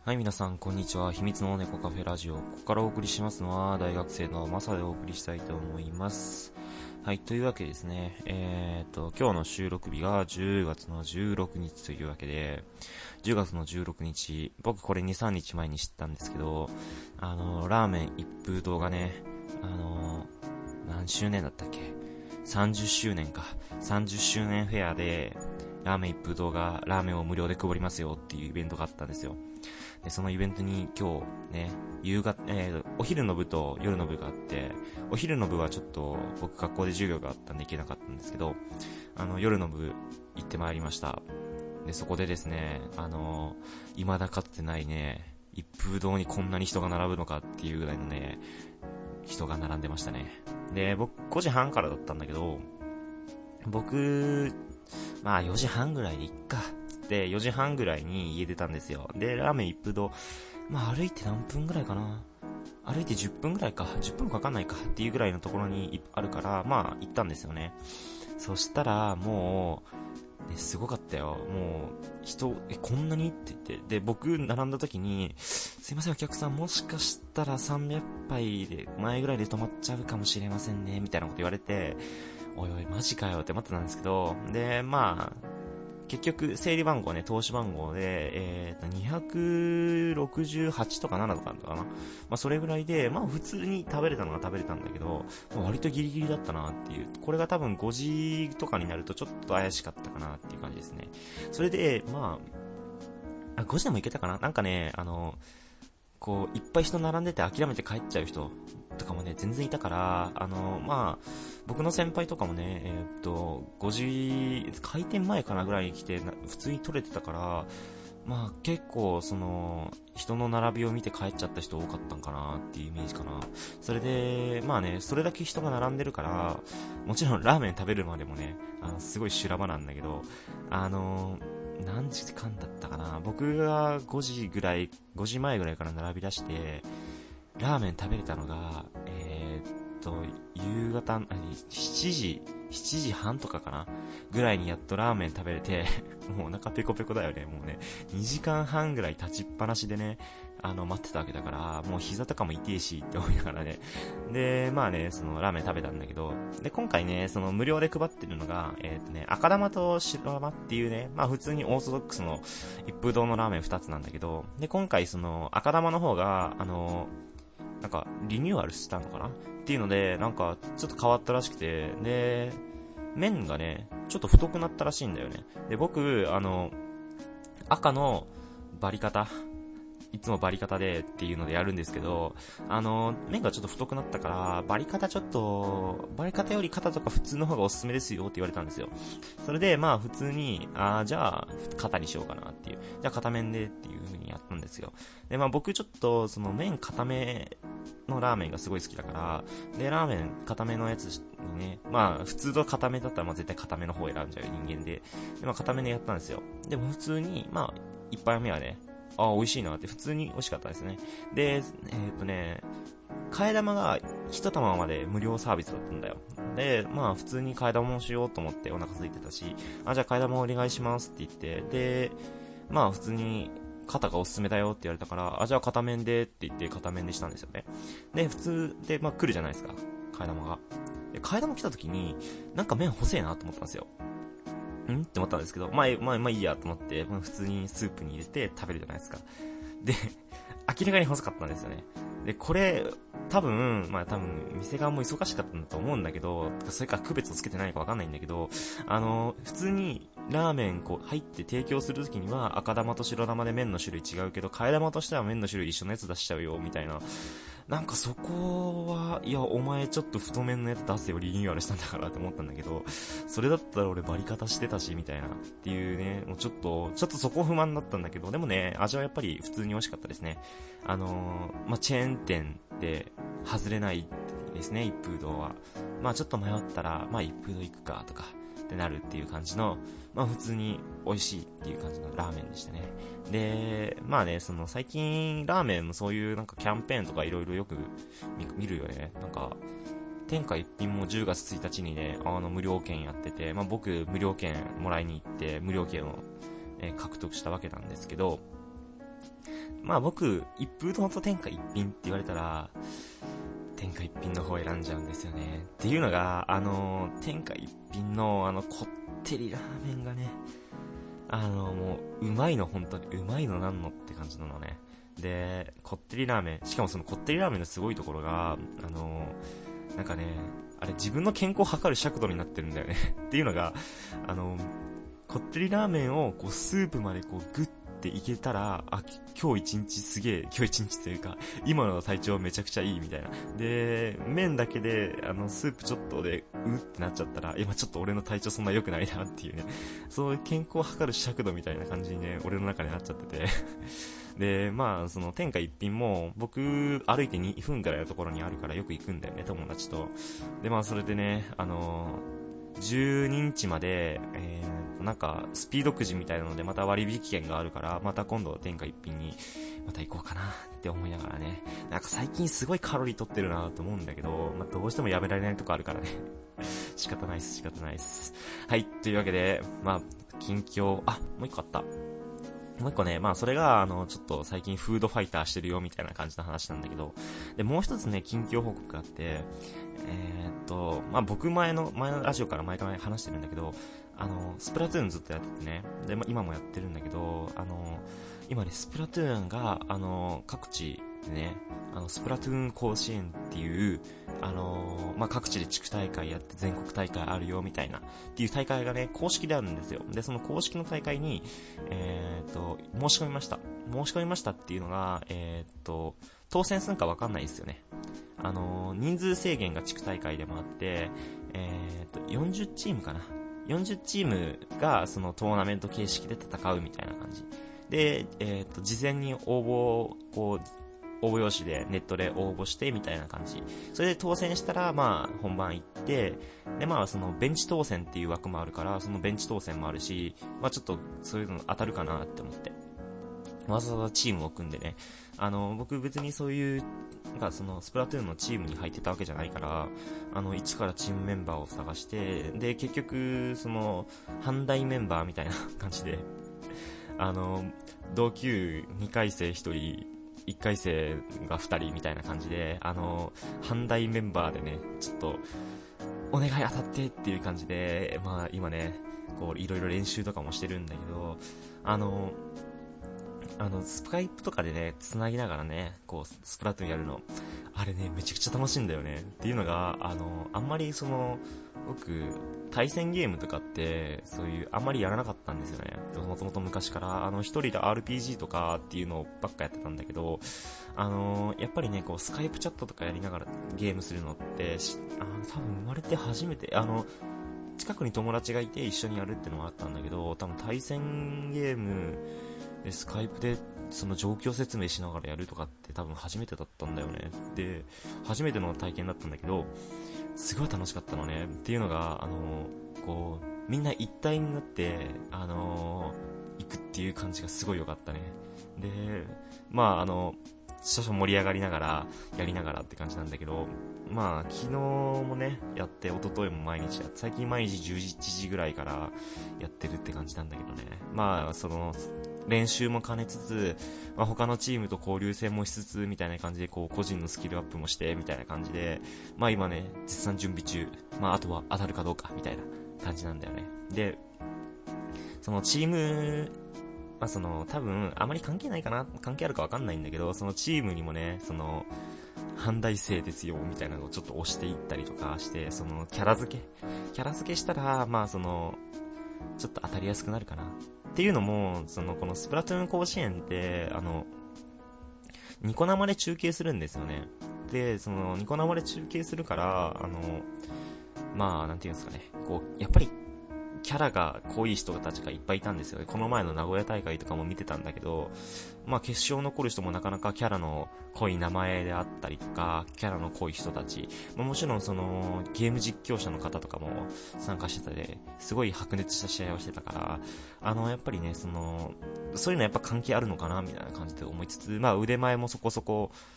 はい、皆さん、こんにちは。秘密の猫カフェラジオ。ここからお送りしますのは、大学生のマサでお送りしたいと思います。はい、というわけですね。今日の収録日が10月の16日というわけで、10月の16日、僕これ2、3日前に知ったんですけど、ラーメン一風堂がね、何周年だったっけ ?30 周年か。30周年フェアで、ラーメン一風堂がラーメンを無料で配りますよっていうイベントがあったんですよ。で、そのイベントに今日ね、お昼の部と夜の部があって、お昼の部はちょっと僕学校で授業があったんで行けなかったんですけど、夜の部行ってまいりました。で、そこでですね、未だかつてないね、一風堂にこんなに人が並ぶのかっていうぐらいのね、人が並んでましたね。で、僕5時半からだったんだけど、僕、まあ4時半ぐらいで行っか。で、4時半ぐらいに家出たんですよ。で、ラーメン一風堂、まあ歩いて何分ぐらいかな。歩いて10分ぐらいか。10分かかんないかっていうぐらいのところにあるから、まあ行ったんですよね。そしたら、もう、ね、すごかったよ。もう、人、こんなにって言って。で、僕、並んだ時に、すいませんお客さん、もしかしたら300杯で、前ぐらいで止まっちゃうかもしれませんね、みたいなこと言われて、おいおい、マジかよって思ってたんですけど、で、まあ、結局、整理番号ね、投資番号で、268とか7とかあったかな。まあ、それぐらいで、まあ、普通に食べれたのが食べれたんだけど、もう割とギリギリだったなっていう。これが多分5時とかになるとちょっと怪しかったかなっていう感じですね。それで、まあ、5時でもいけたかな。なんかね、こう、いっぱい人並んでて諦めて帰っちゃう人とかもね、全然いたから、まあ、僕の先輩とかもね、5時、開店前かなぐらいに来て、普通に取れてたから、まあ結構人の並びを見て帰っちゃった人多かったんかなっていうイメージかな。それで、まあね、それだけ人が並んでるから、もちろんラーメン食べるまでもね、すごい修羅場なんだけど、何時間だったかな。僕が5時前ぐらいから並び出して、ラーメン食べれたのが、夕方、7時半とかかなぐらいにやっとラーメン食べれて、もうお腹ペコペコだよね。もうね、2時間半ぐらい立ちっぱなしでね、待ってたわけだから、もう膝とかも痛いしって思いながらね。で、まあね、そのラーメン食べたんだけど、で、今回ね、その無料で配ってるのが、赤玉と白玉っていうね、まあ普通にオーソドックスの一風堂のラーメン2つなんだけど、で、今回その赤玉の方が、なんか、リニューアルしたのかなっていうので、なんか、ちょっと変わったらしくて、で、麺がね、ちょっと太くなったらしいんだよね。で、僕、赤のバリカタ、いつもバリカタでっていうのでやるんですけど、麺がちょっと太くなったから、バリカタより肩とか普通の方がおすすめですよって言われたんですよ。それで、まあ普通に、じゃあ、肩にしようかなっていう。じゃあ片面でっていう風にやったんですよ。で、まあ僕ちょっと、その麺固めのラーメンがすごい好きだから、で、ラーメン固めのやつにね、まあ普通と固めだったらまあ絶対固めの方を選んじゃう人間で、で、まあ固めでやったんですよ。でも普通に、まあ、一杯目はね、美味しいなって普通に美味しかったですね。で、替え玉が一玉まで無料サービスだったんだよ。で、まあ普通に替え玉もしようと思ってお腹空いてたし、じゃあ替え玉お願いしますって言って、で、まあ普通に肩がおすすめだよって言われたから、じゃあ片面でって言って片面でしたんですよね。で、普通で、まあ来るじゃないですか。替え玉が。で、替え玉来た時に、なんか麺細いなと思ったんですよ。って思ったんですけど、まあいいやと思って、まあ、普通にスープに入れて食べるじゃないですか。で、明らかに細かったんですよね。で、これ、多分、店側も忙しかったんだと思うんだけど、それか区別をつけてないのかわかんないんだけど、普通にラーメンこう入って提供するときには赤玉と白玉で麺の種類違うけど、替え玉としては麺の種類一緒のやつ出しちゃうよ、みたいな。なんかそこは、いや、お前ちょっと太麺のやつ出せよ、リニューアルしたんだからって思ったんだけど、それだったら俺バリカタしてたし、みたいな。っていうね、もうちょっとそこ不満だったんだけど、でもね、味はやっぱり普通に美味しかったですね。まあ、チェーン店で外れないですね、一風堂は。まあ、ちょっと迷ったら、まあ、一風堂行くか、とか、ってなるっていう感じの、まあ普通に美味しいっていう感じのラーメンでしたね。で、まあね、その最近ラーメンもそういうなんかキャンペーンとかいろいろよく見るよね。なんか、天下一品も10月1日にね、無料券やってて、まあ僕無料券もらいに行って無料券を、獲得したわけなんですけど、 まあ僕、一風堂と天下一品って言われたら、天下一品の方を選んじゃうんですよね。っていうのが、天下一品のこってりラーメンがね、もう、うまいの、本当に、うまいのなんのって感じなのね。で、こってりラーメン、しかもそのこってりラーメンのすごいところが、なんかね、あれ自分の健康を測る尺度になってるんだよね。っていうのが、こってりラーメンをこうスープまでこうグッていけたら、今日一日すげえ、今日一日というか、今の体調めちゃくちゃいいみたいな。で、麺だけで、スープちょっとで、うってなっちゃったら、今ちょっと俺の体調そんな良くないなっていうね、そういう健康を測る尺度みたいな感じにね、俺の中でなっちゃってて。で、まあ、その天下一品も、僕、歩いて2分くらいのところにあるからよく行くんだよね、友達と。で、まあ、それでね、12日まで、なんか、スピードくじみたいなので、また割引券があるから、また今度天下一品に、また行こうかなって思いながらね。なんか最近すごいカロリー取ってるなと思うんだけど、まあ、どうしてもやめられないとこあるからね。仕方ないっす。はい、というわけで、まあ、近況、もう一個あった。もう一個ね、まあそれが、ちょっと最近フードファイターしてるよみたいな感じの話なんだけど、で、もう一つね、近況報告があって、まあ僕前のラジオから前から話してるんだけど、スプラトゥーンずっとやっててね、で、まあ今もやってるんだけど、今ね、スプラトゥーンが、各地でね、スプラトゥーン甲子園っていう、まあ、各地で地区大会やって全国大会あるよみたいなっていう大会がね、公式であるんですよ。で、その公式の大会に、申し込みました。申し込みましたっていうのが、当選するかわかんないですよね。人数制限が地区大会でもあって、40チームかな。40チームがそのトーナメント形式で戦うみたいな感じ。で、事前に応募用紙でネットで応募してみたいな感じ。それで当選したら、まあ、本番行って、で、まあ、そのベンチ当選っていう枠もあるから、そのベンチ当選もあるし、まあ、ちょっとそういうの当たるかなって思って。わざわざチームを組んでね。僕別にそういう、なんかそのスプラトゥーンのチームに入ってたわけじゃないから、一からチームメンバーを探して、で、結局、その、反対メンバーみたいな感じで、同級2回生1人、1回生が2人みたいな感じで、反対メンバーでね、ちょっと、お願い当たってっていう感じで、まあ今ね、こう、いろいろ練習とかもしてるんだけど、スカイプとかでね、繋ぎながらね、こう、スプラトゥーンやるの、あれね、めちゃくちゃ楽しいんだよね。っていうのが、あんまり僕、対戦ゲームとかって、そういう、あんまりやらなかったんですよね。もともと昔から、一人で RPG とかっていうのばっかやってたんだけど、やっぱりね、こう、スカイプチャットとかやりながらゲームするのって、多分生まれて初めて、近くに友達がいて一緒にやるってのはあったんだけど、多分対戦ゲームでスカイプでその状況説明しながらやるとかって多分初めてだったんだよね。で、初めての体験だったんだけど、すごい楽しかったのね。っていうのが、こう、みんな一体になって、行くっていう感じがすごい良かったね。で、まあ少々盛り上がりながら、やりながらって感じなんだけど、まあ、昨日もね、やって、一昨日も毎日やって、最近毎日11時ぐらいからやってるって感じなんだけどね。まあ、練習も兼ねつつ、まあ、他のチームと交流戦もしつつ、みたいな感じで、こう、個人のスキルアップもして、みたいな感じで、まあ今ね、絶賛準備中。まあ、あとは当たるかどうか、みたいな感じなんだよね。で、そのチーム、まあ多分、あまり関係ないかな、関係あるかわかんないんだけど、そのチームにもね、反対生ですよ、みたいなのをちょっと押していったりとかして、キャラ付けしたら、まあちょっと当たりやすくなるかな。っていうのも、このスプラトゥーン甲子園って、ニコ生で中継するんですよね。で、ニコ生で中継するから、まあ、なんていうんですかね、こう、やっぱり、キャラが濃い人たちがいっぱいいたんですよね。この前の名古屋大会とかも見てたんだけど、まあ決勝残る人もなかなかキャラの濃い名前であったりとか、キャラの濃い人たち、まあ、もちろんゲーム実況者の方とかも参加してたで、すごい白熱した試合をしてたから、やっぱりね、そういうのやっぱ関係あるのかなみたいな感じで思いつつ、まあ腕前もそこそこ、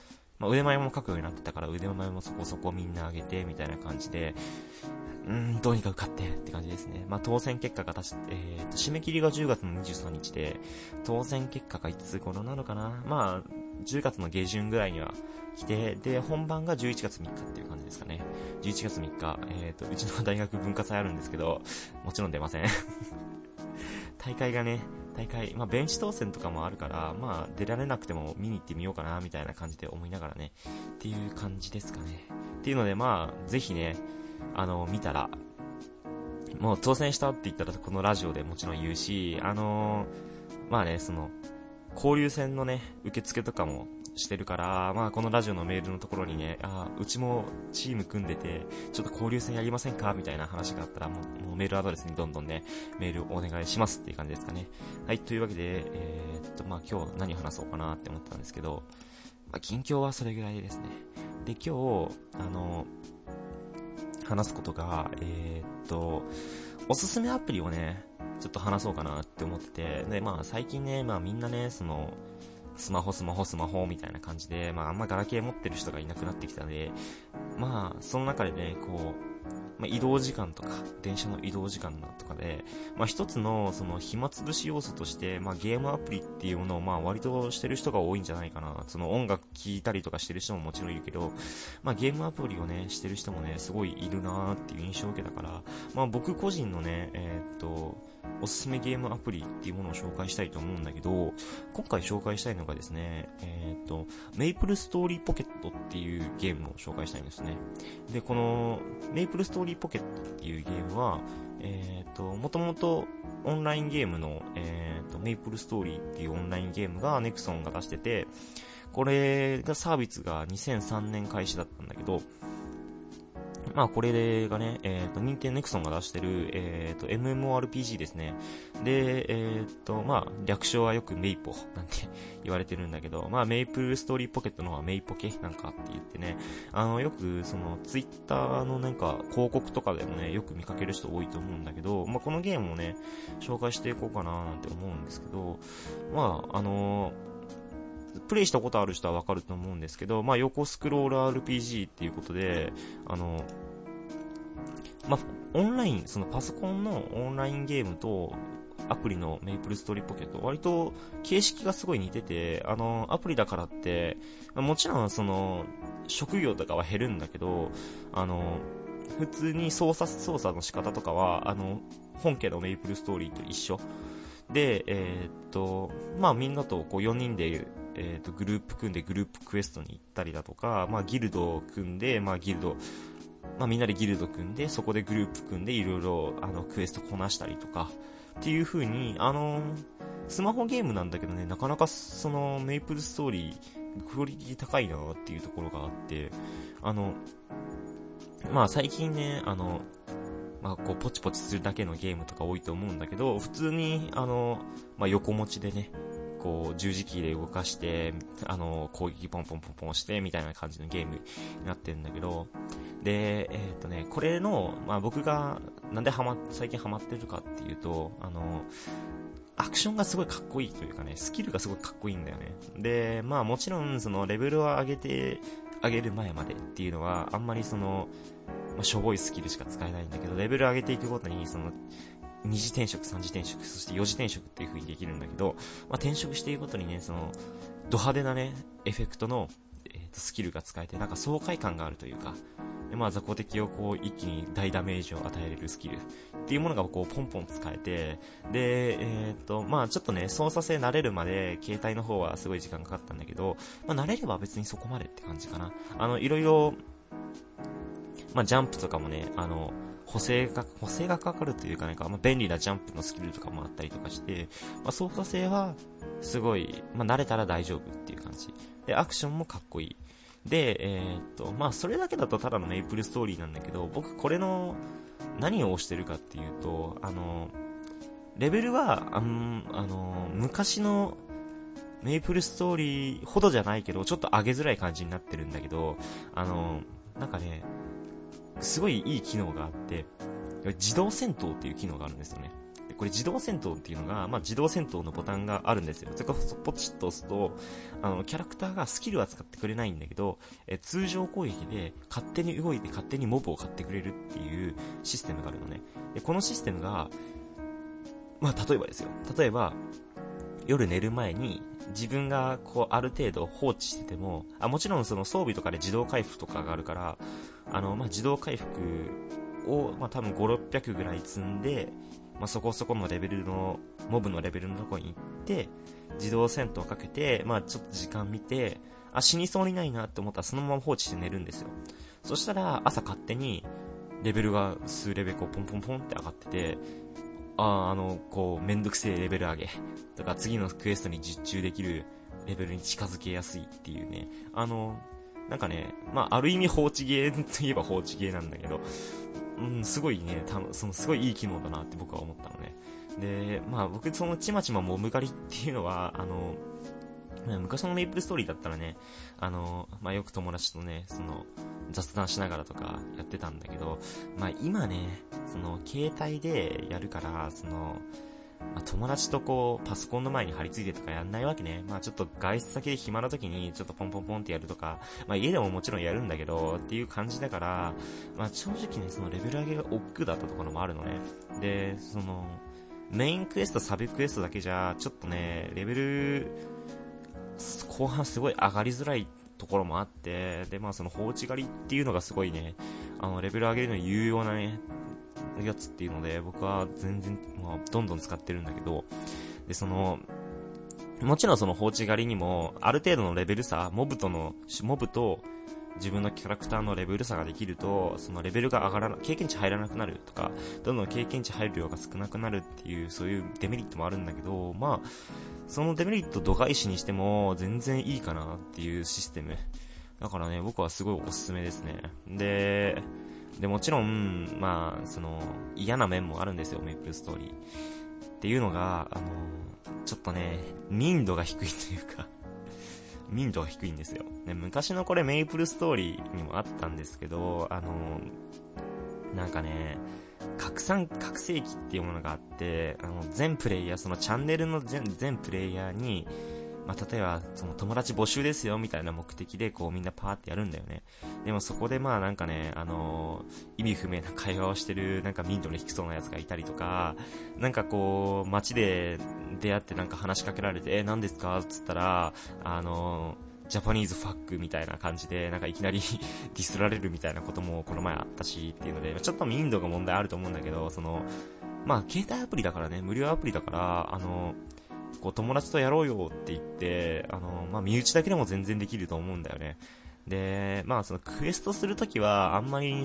まあ、腕前も書くようになってたから、腕前もそこそこみんな上げて、みたいな感じで、どうにか受かってって感じですね。まあ、当選結果が締め切りが10月の23日で、当選結果がいつ頃なのかな、まあ、10月の下旬ぐらいには来て、で、本番が11月3日っていう感じですかね。11月3日、うちの大学文化祭あるんですけど、もちろん出ません。大会、まあ、ベンチ当選とかもあるから、まあ、出られなくても見に行ってみようかな、みたいな感じで思いながらね、っていう感じですかね。っていうので、まあ、ぜひね、見たら、もう当選したって言ったらこのラジオでもちろん言うし、まあね、交流戦のね、受付とかもしてるから、まあこのラジオのメールのところにね、うちもチーム組んでて、ちょっと交流戦やりませんかみたいな話があったら、もうメールアドレスにどんどんね、メールお願いしますっていう感じですかね。はい、というわけで、まあ今日何話そうかなって思ってたんですけど、まあ近況はそれぐらいですね。で、今日、話すことが、おすすめアプリをね、ちょっと話そうかなって思ってて、で、まあ最近ね、まあみんなね、スマホみたいな感じで、まああんまガラケー持ってる人がいなくなってきたので、まあその中でね、まあ、移動時間とか、電車の移動時間とかで、まあ一つの暇つぶし要素として、まあゲームアプリっていうものをまあ割としてる人が多いんじゃないかな。音楽聴いたりとかしてる人ももちろんいるけど、まあゲームアプリをね、してる人もね、すごいいるなーっていう印象を受けたから、まあ僕個人のね、おすすめゲームアプリっていうものを紹介したいと思うんだけど、今回紹介したいのがですね、メイプルストーリーポケットっていうゲームを紹介したいんですね。で、このメイプルストーリーポケットっていうゲームは、もともとオンラインゲームの、メイプルストーリーっていうオンラインゲームがネクソンが出してて、これがサービスが2003年開始だったんだけど、まあこれがね、任天堂ネクソンが出してる、MMORPG ですね。で、まあ略称はよくメイポなんて言われてるんだけど、まあメイプルストーリーポケットの方はメイポケなんかって言ってね、よくツイッターのなんか広告とかでもね、よく見かける人多いと思うんだけど、まあこのゲームをね、紹介していこうかななんて思うんですけど、まあプレイしたことある人はわかると思うんですけど、まあ横スクロール RPG っていうことで、まあ、オンライン、パソコンのオンラインゲームと、アプリのメイプルストーリーポケット、割と形式がすごい似てて、アプリだからって、もちろん職業とかは減るんだけど、普通に操作の仕方とかは、本家のメイプルストーリーと一緒。で、まあみんなと4人で、グループ組んでグループクエストに行ったりだとか、まあギルドを組んで、まあみんなでギルド組んで、そこでグループ組んでいろいろクエストこなしたりとか、っていう風に、スマホゲームなんだけどね、なかなかメイプルストーリー、クオリティ高いなっていうところがあって、まあ最近ね、まあポチポチするだけのゲームとか多いと思うんだけど、普通に、まあ横持ちでね、十字キーで動かして、攻撃ポンポンポンポンして、みたいな感じのゲームになってるんだけど、で、これの、まあ僕が、なんで最近ハマってるかっていうと、アクションがすごいかっこいいというかね、スキルがすごいかっこいいんだよね。で、まあもちろん、レベルを上げる前までっていうのは、あんまりまあ、しょぼいスキルしか使えないんだけど、レベル上げていくごとに、二次転職、三次転職、そして四次転職っていう風にできるんだけど、まあ、転職していくごとにね、ド派手なね、エフェクトの、スキルが使えて、なんか爽快感があるというか、でまあ、雑魚敵を一気に大ダメージを与えれるスキルっていうものがポンポン使えて、で、まあちょっとね、操作性慣れるまで、携帯の方はすごい時間かかったんだけど、まあ慣れれば別にそこまでって感じかな。いろいろ、まあジャンプとかもね、補正がかかるというかね、まあ、便利なジャンプのスキルとかもあったりとかして、まあ、操作性は、すごい、まあ、慣れたら大丈夫っていう感じ。で、アクションもかっこいい。で、まあ、それだけだとただのメイプルストーリーなんだけど、僕これの、何を押してるかっていうと、レベルは、昔の、メイプルストーリーほどじゃないけど、ちょっと上げづらい感じになってるんだけど、なんかね、すごいいい機能があって、自動戦闘っていう機能があるんですよね。 これ自動戦闘っていうのが、自動戦闘のボタンがあるんですよ。それからポチッと押すと、キャラクターがスキルは使ってくれないんだけど、通常攻撃で勝手に動いて勝手にモブを買ってくれるっていうシステムがあるのね。で、このシステムが、例えばですよ。例えば、夜寝る前に、自分がある程度放置してても、もちろんその装備とかで自動回復とかがあるから、自動回復を、多分5、600ぐらい積んで、そこそこのレベルの、モブのレベルのとこに行って、自動戦闘をかけて、ちょっと時間見て、死にそうにないなって思ったらそのまま放置して寝るんですよ。そしたら、朝勝手に、レベルが数レベルポンポンポンって上がってて、めんどくせえレベル上げとか、次のクエストに実中できるレベルに近づけやすいっていうね。なんかね、ある意味放置ゲーといえば放置ゲーなんだけど、すごいね、すごいいい機能だなって僕は思ったのね。で、僕そのちまちまモブ狩りっていうのは、昔のメイプルストーリーだったらね、よく友達とね、雑談しながらとかやってたんだけど、今ね、携帯でやるから、友達とパソコンの前に張り付いてとかやんないわけね。ちょっと外出先で暇な時に、ちょっとポンポンポンってやるとか、家でももちろんやるんだけど、っていう感じだから、正直ね、レベル上げが億劫だったところもあるのね。で、メインクエスト、サブクエストだけじゃ、ちょっとね、レベル、後半すごい上がりづらいところもあって、で、放置狩りっていうのがすごいね、レベル上げるのに有用なね、やつっていうので、僕は全然、どんどん使ってるんだけど、で、もちろん放置狩りにも、ある程度のレベル差、モブと自分のキャラクターのレベル差ができると、レベルが上がらな、経験値入らなくなるとか、どんどん経験値入る量が少なくなるっていう、そういうデメリットもあるんだけど、そのデメリット度外視にしても、全然いいかなっていうシステム。だからね、僕はすごいおすすめですね。で、もちろん、嫌な面もあるんですよ、メイプルストーリー。っていうのが、ちょっとね、民度が低いというか、民度が低いんですよ。ね、昔のこれメイプルストーリーにもあったんですけど、なんかね、拡声器っていうものがあって、全プレイヤー、チャンネルの全プレイヤーに、例えば、友達募集ですよ、みたいな目的で、みんなパーってやるんだよね。でもそこでなんかね、意味不明な会話をしてる、なんか民度の低そうなやつがいたりとか、なんか街で出会ってなんか話しかけられて、何ですかつったら、ジャパニーズファックみたいな感じで、なんかいきなりディスられるみたいなこともこの前あったし、っていうので、ちょっと民度が問題あると思うんだけど、携帯アプリだからね、無料アプリだから、友達とやろうよって言って、身内だけでも全然できると思うんだよね。で、クエストするときは、あんまり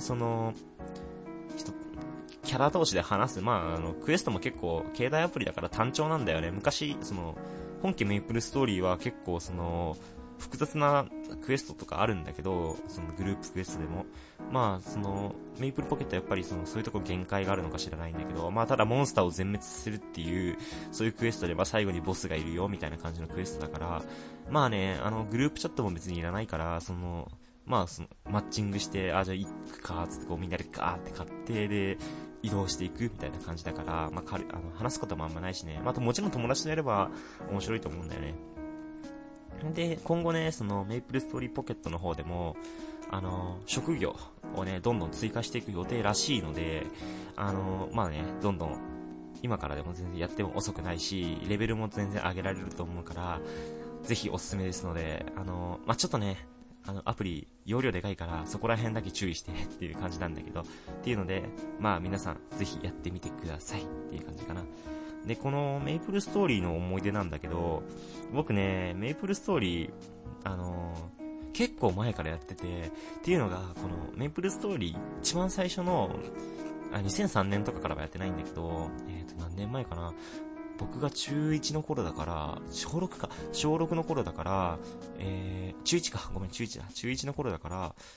キャラ同士で話す、クエストも結構、携帯アプリだから単調なんだよね。昔、本家メイプルストーリーは結構複雑なクエストとかあるんだけど、グループクエストでも。メイプルポケットはやっぱりそういうとこ限界があるのか知らないんだけど、ただモンスターを全滅するっていう、そういうクエストで、最後にボスがいるよ、みたいな感じのクエストだから、グループチャットも別にいらないから、マッチングして、じゃあ行くか、つってみんなでガーって買ってで、移動していくみたいな感じだから、話すこともあんまないしね。もちろん友達とやれば面白いと思うんだよね。で、今後ね、メイプルストーリーポケットの方でも、職業をね、どんどん追加していく予定らしいので、どんどん、今からでも全然やっても遅くないし、レベルも全然上げられると思うから、ぜひおすすめですので、ちょっとね、アプリ、容量でかいから、そこら辺だけ注意してっていう感じなんだけど、っていうので、皆さん、ぜひやってみてくださいっていう感じかな。で、このメイプルストーリーの思い出なんだけど、僕ね、メイプルストーリー、結構前からやってて、っていうのが、このメイプルストーリー、一番最初の、2003年とかからはやってないんだけど、何年前かな。僕が中1の頃だから、小6の頃だから、中1か、ごめん、中1だ。中1の頃だから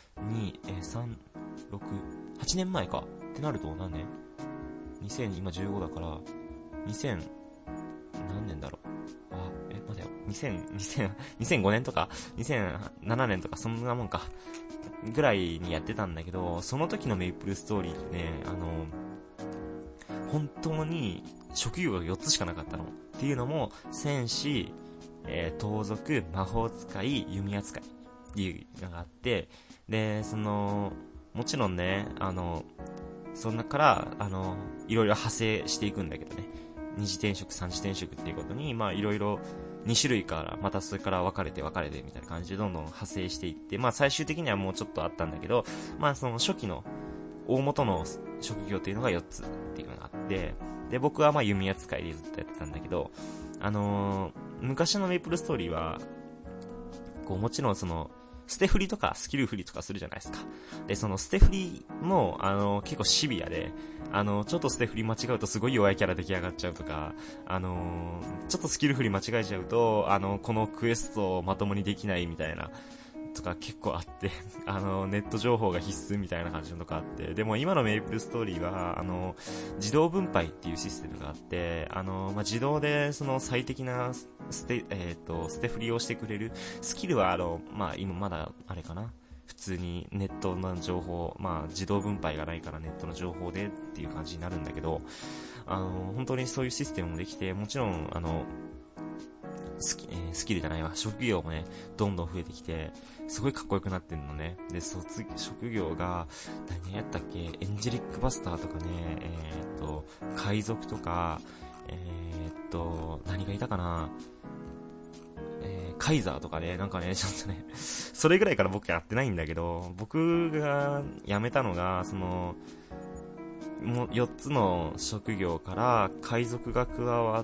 、2、3、6、8年前か。ってなると何年 ?2000、今15だから、2000、何年だろう。待てよ。2005年とか、2007年とか、そんなもんか。ぐらいにやってたんだけど、その時のメイプルストーリーってね、本当に、 職業が4つしかなかったの。っていうのも、戦士、盗賊、魔法使い、弓扱いっていうのがあって、で、もちろんね、そんなから、いろいろ派生していくんだけどね。二次転職、三次転職っていうことに、まあいろいろ2種類から、またそれから分かれてみたいな感じでどんどん派生していって、まあ最終的にはもうちょっとあったんだけど、まあその初期の大元の職業っていうのが4つっていうのがあって、で、僕はまあ弓扱いでずっとやってたんだけど、昔のメイプルストーリーは、こうもちろん捨て振りとかスキル振りとかするじゃないですか。で、その捨て振りも、結構シビアで、ちょっと捨て振り間違うとすごい弱いキャラ出来上がっちゃうとか、ちょっとスキル振り間違えちゃうと、このクエストをまともにできないみたいな、とか結構あってネット情報が必須みたいな感じのとかあって、でも今のメイプルストーリーは、自動分配っていうシステムがあって、まあ、自動で最適な捨て振りをしてくれる。スキルはまあ、今まだあれかな。普通にネットの情報、まあ、自動分配がないからネットの情報でっていう感じになるんだけど、本当にそういうシステムもできて、もちろん、スキルじゃないわ、職業もね、どんどん増えてきて、すごいかっこよくなってんのね。で、職業が、何やったっけ、エンジェリックバスターとかね、海賊とか、何がいたかな、カイザーとかね、なんかね、ちょっとね、それぐらいから僕やってないんだけど、僕が辞めたのが、もう4つの職業から海賊が加わって、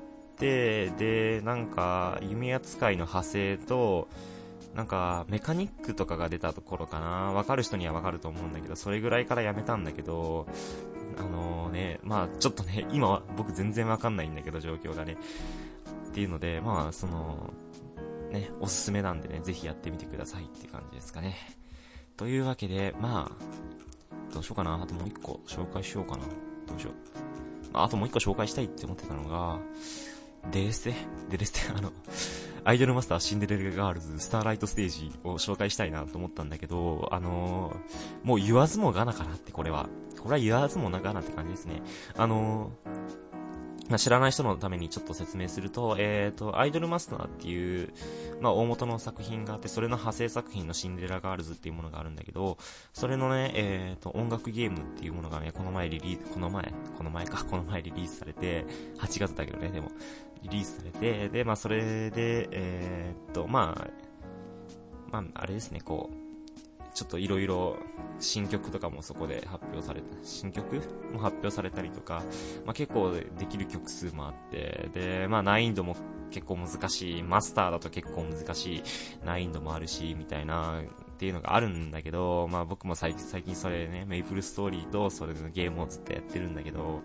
で、なんか、弓扱いの派生と、なんか、メカニックとかが出たところかな。わかる人にはわかると思うんだけど、それぐらいからやめたんだけど、まあちょっとね、今は僕全然わかんないんだけど、状況がね。っていうので、まあね、おすすめなんでね、ぜひやってみてくださいっていう感じですかね。というわけで、まあ、どうしようかな。あともう一個紹介しようかな。どうしよう。あともう一個紹介したいって思ってたのが、デレステ、アイドルマスターシンデレラガールズスターライトステージを紹介したいなと思ったんだけど、もう言わずもがなかなって、これは言わずもがなって感じですね。まあ、知らない人のためにちょっと説明すると、アイドルマスターっていう、まあ、大元の作品があって、それの派生作品のシンデレラガールズっていうものがあるんだけど、それのね、音楽ゲームっていうものがね、この前リリースされて、8月だけどね、でも、リリースされて、で、まあ、それで、まあ、あれですね、こう、ちょっといろいろ新曲とかもそこで新曲も発表されたりとか、まあ、結構できる曲数もあって、で、まあ難易度も結構難しい、マスターだと結構難しい難易度もあるし、みたいなっていうのがあるんだけど、まあ僕も最近それね、メイプルストーリーとそれのゲームをずっとやってるんだけど、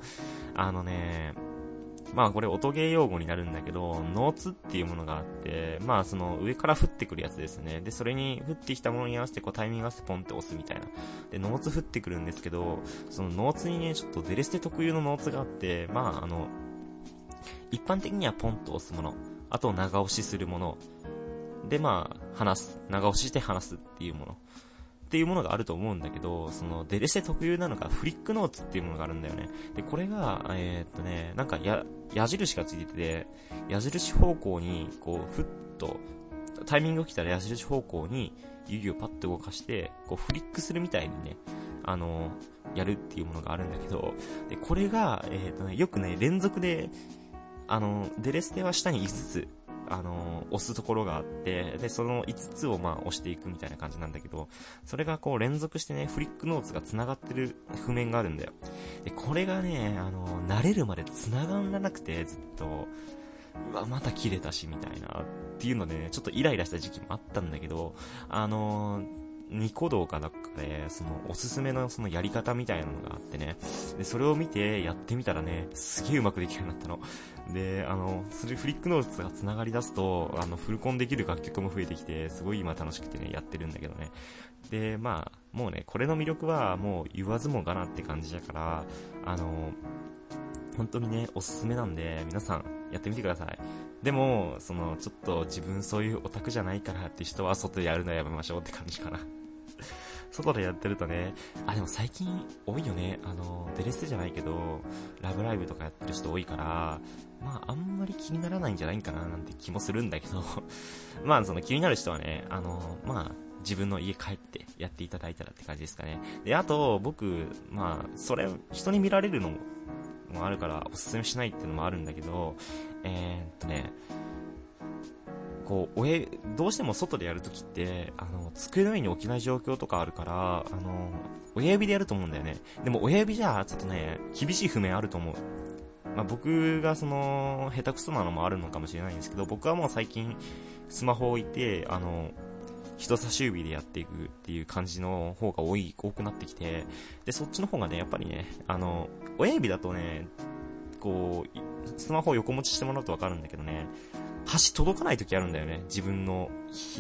まあこれ音ゲー用語になるんだけど、ノーツっていうものがあって、まあ上から降ってくるやつですね。で、それに降ってきたものに合わせてこうタイミング合わせてポンって押すみたいな。で、ノーツ降ってくるんですけど、そのノーツにね、ちょっとデレステ特有のノーツがあって、まあ一般的にはポンと押すもの、あと長押しするもの、でまあ長押しして離すっていうもの。っていうものがあると思うんだけど、そのデレステ特有なのがフリックノーツっていうものがあるんだよね。で、これが、なんか矢印がついてて、矢印方向に、こう、ふっと、タイミングが来たら矢印方向に指をパッと動かして、こう、フリックするみたいにね、やるっていうものがあるんだけど、で、これが、よくね、連続で、デレステは下に5つ、押すところがあって、で、その5つをまあ押していくみたいな感じなんだけど、それがこう連続してね、フリックノーツが繋がってる譜面があるんだよ。で、これがね、慣れるまで繋がらなくて、ずっと、うわ、また切れたし、みたいな、っていうのでね、ちょっとイライラした時期もあったんだけど、ニコ動かなんかで、おすすめのやり方みたいなのがあってね。で、それを見てやってみたらね、すげえうまくできるようになったの。で、それフリックノーツが繋がり出すと、フルコンできる楽曲も増えてきて、すごい今楽しくてね、やってるんだけどね。で、まあ、もうね、これの魅力はもう言わずもがなって感じだから、本当にね、おすすめなんで、皆さん、やってみてください。でも、ちょっと自分そういうオタクじゃないからって人は外でやるのやめましょうって感じかな。 外でやってるとね、でも最近多いよね。デレステじゃないけど、ラブライブとかやってる人多いから、まあ、あんまり気にならないんじゃないかななんて気もするんだけど、まあ、その気になる人はね、まあ、自分の家帰ってやっていただいたらって感じですかね。で、あと、僕、まあ、それ、人に見られるのもあるから、おすすめしないっていうのもあるんだけど、こう、どうしても外でやるときって、机の上に置けない状況とかあるから、親指でやると思うんだよね。でも親指じゃ、ちょっとね、厳しい譜面あると思う。まあ、僕が下手くそなのもあるのかもしれないんですけど、僕はもう最近、スマホを置いて、人差し指でやっていくっていう感じの方が多くなってきて、で、そっちの方がね、やっぱりね、親指だとね、こう、スマホを横持ちしてもらうとわかるんだけどね、端届かない時あるんだよね。自分の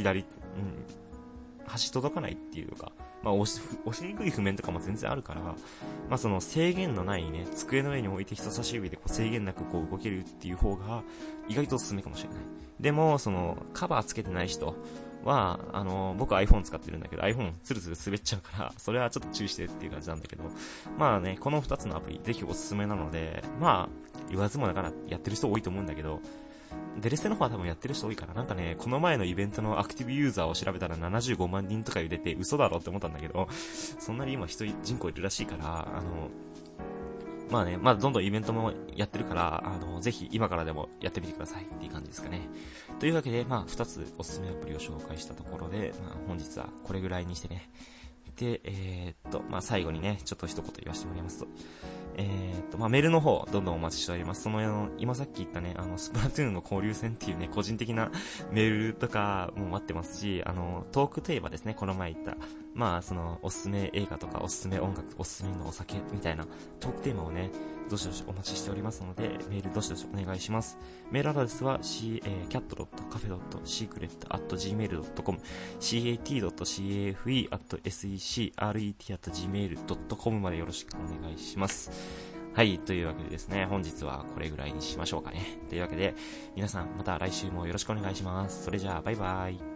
端届かないっていうか、まあ押しにくい譜面とかも全然あるから、まあその制限のないね、机の上に置いて人差し指でこう制限なくこう動けるっていう方が意外とおすすめかもしれない。でも、カバーつけてない人は、僕 iPhone 使ってるんだけど、iPhone ツルツル滑っちゃうから、それはちょっと注意してっていう感じなんだけど、まあね、この2つのアプリ、ぜひおすすめなので、まあ、言わずもだからやってる人多いと思うんだけど、デレステの方は多分やってる人多いから、なんかね、この前のイベントのアクティブユーザーを調べたら75万人とか入れて嘘だろって思ったんだけど、そんなに今人口いるらしいから、まあね、まあどんどんイベントもやってるから、ぜひ今からでもやってみてくださいっていう感じですかね。というわけで、まあ2つおすすめアプリを紹介したところで、まあ本日はこれぐらいにしてね。で、まあ最後にね、ちょっと一言言わせてもらいますと、まあ、メールの方、どんどんお待ちしております。今さっき言ったね、スプラトゥーンの交流戦っていうね、個人的なメールとかも待ってますし、トークテーマですね、この前言った、まあ、おすすめ映画とか、おすすめ音楽、おすすめのお酒みたいなトークテーマをね、どしどしお待ちしておりますので、メールどしどしお願いします。メールアドレスは cat.cafe.secret@gmail.com cat.cafe.secret@gmail.com までよろしくお願いします。はい、というわけでですね、本日はこれぐらいにしましょうかね。というわけで、皆さんまた来週もよろしくお願いします。それじゃあ、バイバイ。